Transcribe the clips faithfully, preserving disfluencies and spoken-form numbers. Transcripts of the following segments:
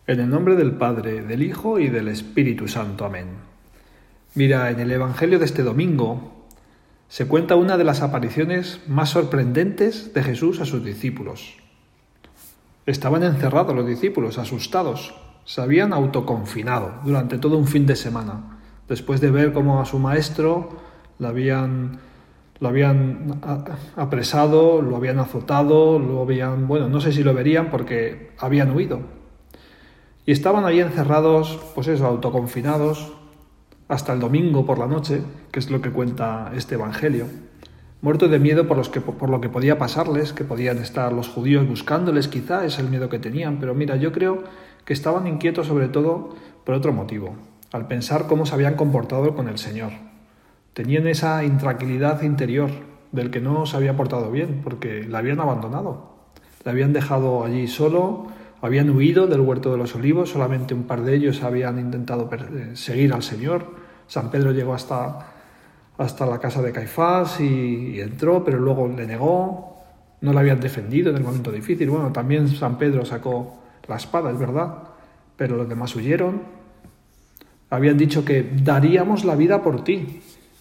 En el nombre del Padre, del Hijo y del Espíritu Santo. Amén. Mira, en el Evangelio de este domingo se cuenta una de las apariciones más sorprendentes de Jesús a sus discípulos. Estaban encerrados los discípulos, asustados. Se habían autoconfinado durante todo un fin de semana, después de ver cómo a su maestro lo habían, lo habían apresado, lo habían azotado, lo habían, bueno, no sé si lo verían porque habían huido. Y estaban ahí encerrados, pues eso, autoconfinados, hasta el domingo por la noche, que es lo que cuenta este Evangelio, muertos de miedo por, los que, por lo que podía pasarles, que podían estar los judíos buscándoles, quizá es el miedo que tenían, pero mira, yo creo que estaban inquietos sobre todo por otro motivo, al pensar cómo se habían comportado con el Señor. Tenían esa intranquilidad interior del que no se había portado bien, porque le habían abandonado, le habían dejado allí solo, habían huido del huerto de los olivos, solamente un par de ellos habían intentado seguir al Señor. San Pedro llegó hasta, hasta la casa de Caifás y, y entró, pero luego le negó, no le habían defendido en el momento difícil. Bueno, también San Pedro sacó la espada, es verdad, pero los demás huyeron. Habían dicho que daríamos la vida por ti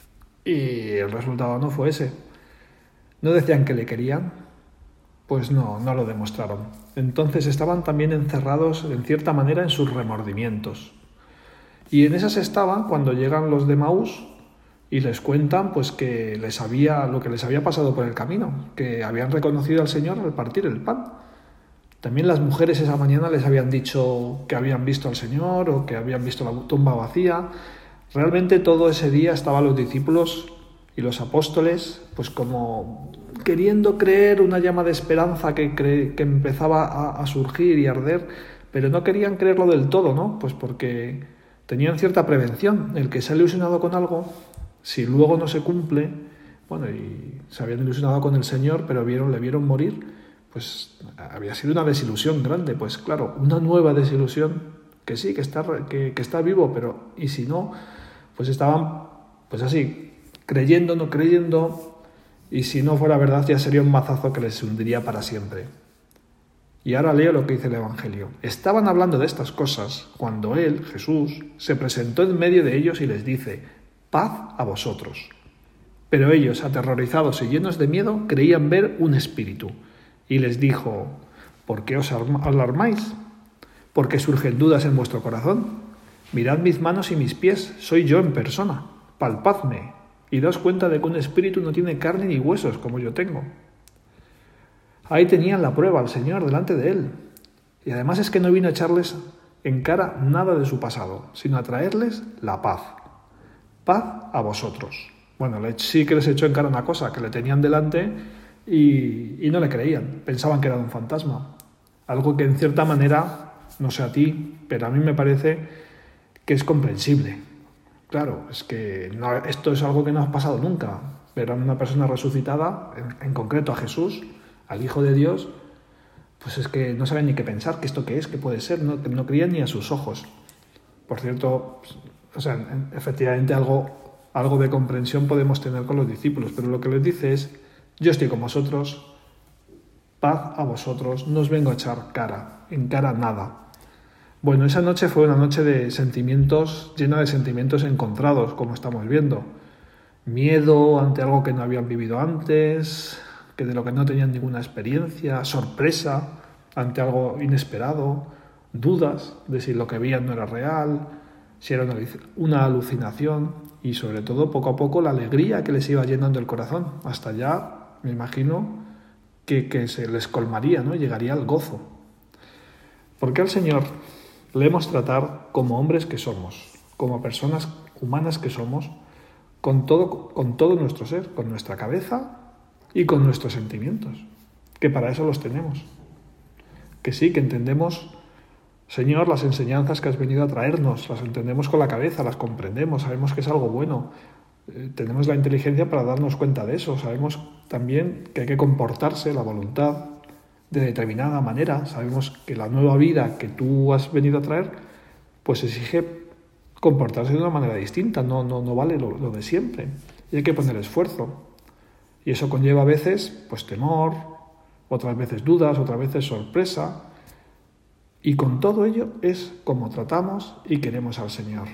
y el resultado no fue ese. No decían que le querían, pues no, no lo demostraron. Entonces estaban también encerrados en cierta manera en sus remordimientos. Y en esas estaban cuando llegan los de Emaús y les cuentan pues que les había, lo que les había pasado por el camino, que habían reconocido al Señor al partir el pan. También las mujeres esa mañana les habían dicho que habían visto al Señor o que habían visto la tumba vacía. Realmente todo ese día estaban los discípulos y los apóstoles pues como queriendo creer, una llama de esperanza que, cre- que empezaba a, a surgir y arder, pero no querían creerlo del todo, ¿no? Pues porque tenían cierta prevención. El que se ha ilusionado con algo, si luego no se cumple, bueno, y se habían ilusionado con el Señor, pero vieron, le vieron morir, pues había sido una desilusión grande. Pues claro, una nueva desilusión, que sí, que está, que, que está vivo, pero y si no, pues estaban, pues así, creyendo, no creyendo, y si no fuera verdad ya sería un mazazo que les hundiría para siempre. Y ahora leo lo que dice el Evangelio. Estaban hablando de estas cosas cuando Él, Jesús, se presentó en medio de ellos y les dice: paz a vosotros. Pero ellos, aterrorizados y llenos de miedo, creían ver un espíritu. Y les dijo: ¿por qué os alarmáis? ¿Por qué surgen dudas en vuestro corazón? Mirad mis manos y mis pies, soy yo en persona. Palpadme y daos cuenta de que un espíritu no tiene carne ni huesos como yo tengo. Ahí tenían la prueba al Señor delante de él. Y además es que no vino a echarles en cara nada de su pasado, sino a traerles la paz. Paz a vosotros. Bueno, sí que les echó en cara una cosa, que le tenían delante y, y no le creían. Pensaban que era un fantasma. Algo que en cierta manera, no sé a ti, pero a mí me parece que es comprensible. Claro, es que no, esto es algo que no ha pasado nunca. Ver a una persona resucitada, en, en concreto a Jesús, al Hijo de Dios, pues es que no saben ni qué pensar, que esto qué es, qué puede ser, no, no creían ni a sus ojos. Por cierto, o sea, efectivamente algo, algo de comprensión podemos tener con los discípulos, pero lo que les dice es: yo estoy con vosotros, paz a vosotros, no os vengo a echar cara, en cara nada. Bueno, esa noche fue una noche de sentimientos, llena de sentimientos encontrados, como estamos viendo. Miedo ante algo que no habían vivido antes, que de lo que no tenían ninguna experiencia, sorpresa ante algo inesperado, dudas de si lo que veían no era real, si era una, una alucinación, y sobre todo poco a poco la alegría que les iba llenando el corazón. Hasta ya, me imagino, que, que se les colmaría, ¿no? Llegaría el gozo. Porque al Señor le hemos tratar como hombres que somos, como personas humanas que somos, con todo, con todo nuestro ser, con nuestra cabeza y con nuestros sentimientos, que para eso los tenemos. Que sí, que entendemos, Señor, las enseñanzas que has venido a traernos, las entendemos con la cabeza, las comprendemos, sabemos que es algo bueno, eh, tenemos la inteligencia para darnos cuenta de eso, sabemos también que hay que comportarse, la voluntad, de determinada manera. Sabemos que la nueva vida que tú has venido a traer pues exige comportarse de una manera distinta, no, no, no vale lo, lo de siempre, y hay que poner esfuerzo, y eso conlleva a veces pues temor, otras veces dudas, otras veces sorpresa, Y con todo ello es como tratamos y queremos al Señor.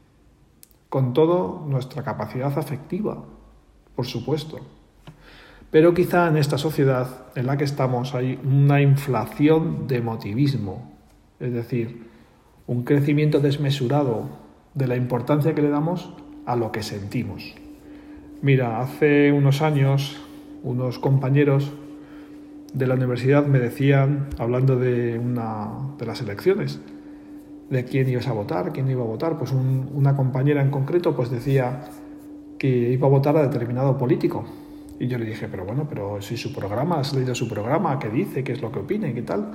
Con toda nuestra capacidad afectiva, por supuesto. Pero quizá en esta sociedad en la que estamos hay una inflación de emotivismo, es decir, un crecimiento desmesurado de la importancia que le damos a lo que sentimos. Mira, hace unos años unos compañeros de la universidad me decían, hablando de, una, de las elecciones, de quién ibas a votar, quién iba a votar, pues un, una compañera en concreto pues decía que iba a votar a determinado político. Y yo le dije, pero bueno, pero si su programa, has leído su programa, ¿qué dice? ¿Qué es lo que opina y qué tal?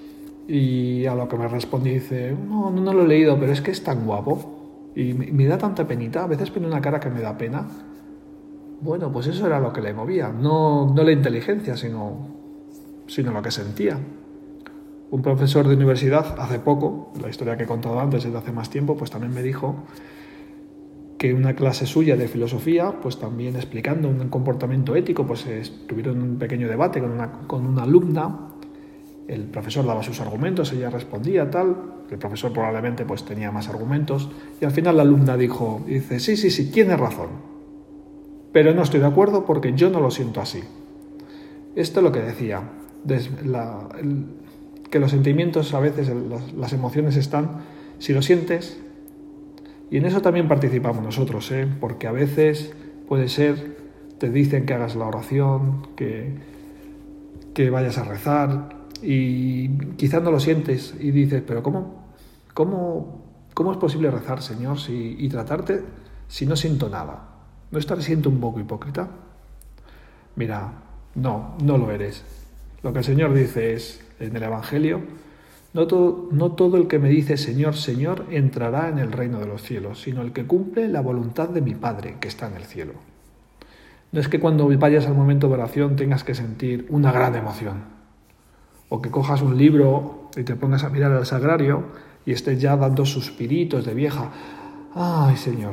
Y a lo que me respondí, dice, no, no, no lo he leído, pero es que es tan guapo y me, me da tanta penita, a veces pone una cara que me da pena. Bueno, pues eso era lo que le movía, no, no la inteligencia, sino, sino lo que sentía. Un profesor de universidad hace poco, la historia que he contado antes desde hace más tiempo, pues también me dijo que una clase suya de filosofía, pues también explicando un comportamiento ético, pues tuvieron un pequeño debate con una, con una alumna. El profesor daba sus argumentos, ella respondía tal, el profesor probablemente pues tenía más argumentos y al final la alumna dijo, dice, sí, sí, sí, tienes razón, pero no estoy de acuerdo porque yo no lo siento así. Esto es lo que decía, la, el, que los sentimientos a veces, las, las emociones están, si lo sientes, y en eso también participamos nosotros, ¿eh? Porque a veces puede ser, te dicen que hagas la oración, que, que vayas a rezar y quizás no lo sientes y dices, pero ¿cómo, cómo, cómo es posible rezar, Señor, si, y tratarte si no siento nada? ¿No estaré siendo un poco hipócrita? Mira, no, no lo eres. Lo que el Señor dice es, en el Evangelio, no todo, no todo el que me dice Señor, Señor, entrará en el reino de los cielos, sino el que cumple la voluntad de mi Padre, que está en el cielo. No es que cuando vayas al momento de oración tengas que sentir una gran emoción, o que cojas un libro y te pongas a mirar al sagrario y estés ya dando suspiritos de vieja. ¡Ay, Señor!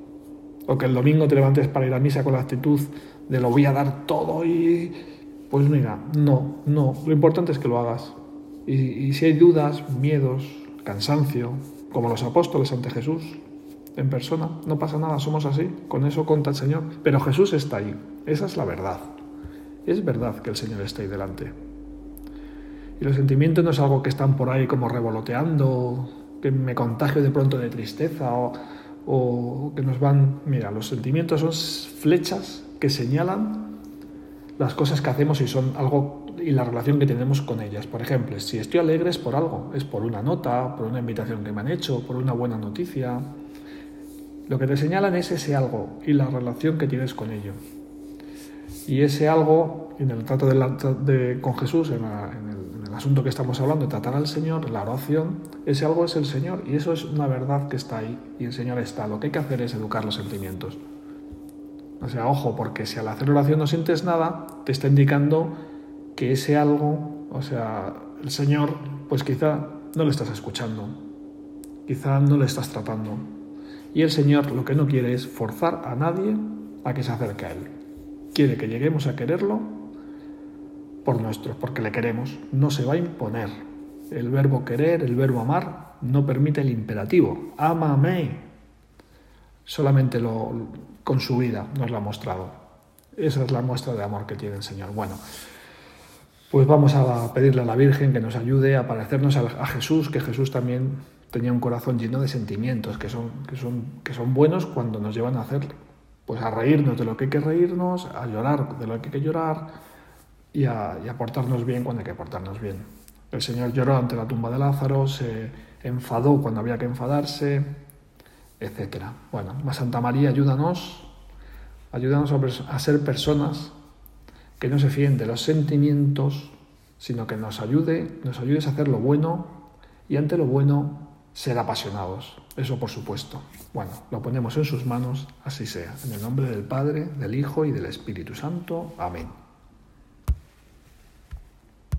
O que el domingo te levantes para ir a misa con la actitud de lo voy a dar todo y... Pues mira, no, no, lo importante es que lo hagas. Y, y si hay dudas, miedos, cansancio, como los apóstoles ante Jesús, en persona, no pasa nada, somos así, con eso cuenta el Señor. Pero Jesús está ahí, esa es la verdad. Es verdad que el Señor está ahí delante. Y los sentimientos no es algo que están por ahí como revoloteando, que me contagio de pronto de tristeza o, o que nos van... Mira, los sentimientos son flechas que señalan las cosas que hacemos y son algo y la relación que tenemos con ellas. Por ejemplo, si estoy alegre es por algo, es por una nota, por una invitación que me han hecho, por una buena noticia. Lo que te señalan es ese algo y la relación que tienes con ello. Y ese algo, en el trato de la, de, con Jesús, en, la, en, el, en el asunto que estamos hablando, de tratar al Señor, la oración, ese algo es el Señor y eso es una verdad que está ahí y el Señor está. Lo que hay que hacer es educar los sentimientos. O sea, ojo, porque si al hacer oración no sientes nada, te está indicando que ese algo, o sea, el Señor, pues quizá no le estás escuchando, quizá no le estás tratando. Y el Señor lo que no quiere es forzar a nadie a que se acerque a Él. Quiere que lleguemos a quererlo por nuestro, porque le queremos. No se va a imponer. El verbo querer, el verbo amar, no permite el imperativo. Ámame. Solamente lo, con su vida nos lo ha mostrado. Esa es la muestra de amor que tiene el Señor. Bueno, pues vamos a pedirle a la Virgen que nos ayude a parecernos a, a Jesús, que Jesús también tenía un corazón lleno de sentimientos, que son, que son, que son buenos cuando nos llevan a hacer, pues a reírnos de lo que hay que reírnos, a llorar de lo que hay que llorar y a, y a portarnos bien cuando hay que portarnos bien. El Señor lloró ante la tumba de Lázaro, se enfadó cuando había que enfadarse, etcétera. Bueno, Santa María, ayúdanos, ayúdanos a, a ser personas que no se fíen de los sentimientos, sino que nos ayude, nos ayudes a hacer lo bueno y ante lo bueno ser apasionados. Eso por supuesto. Bueno, lo ponemos en sus manos, así sea. En el nombre del Padre, del Hijo y del Espíritu Santo. Amén.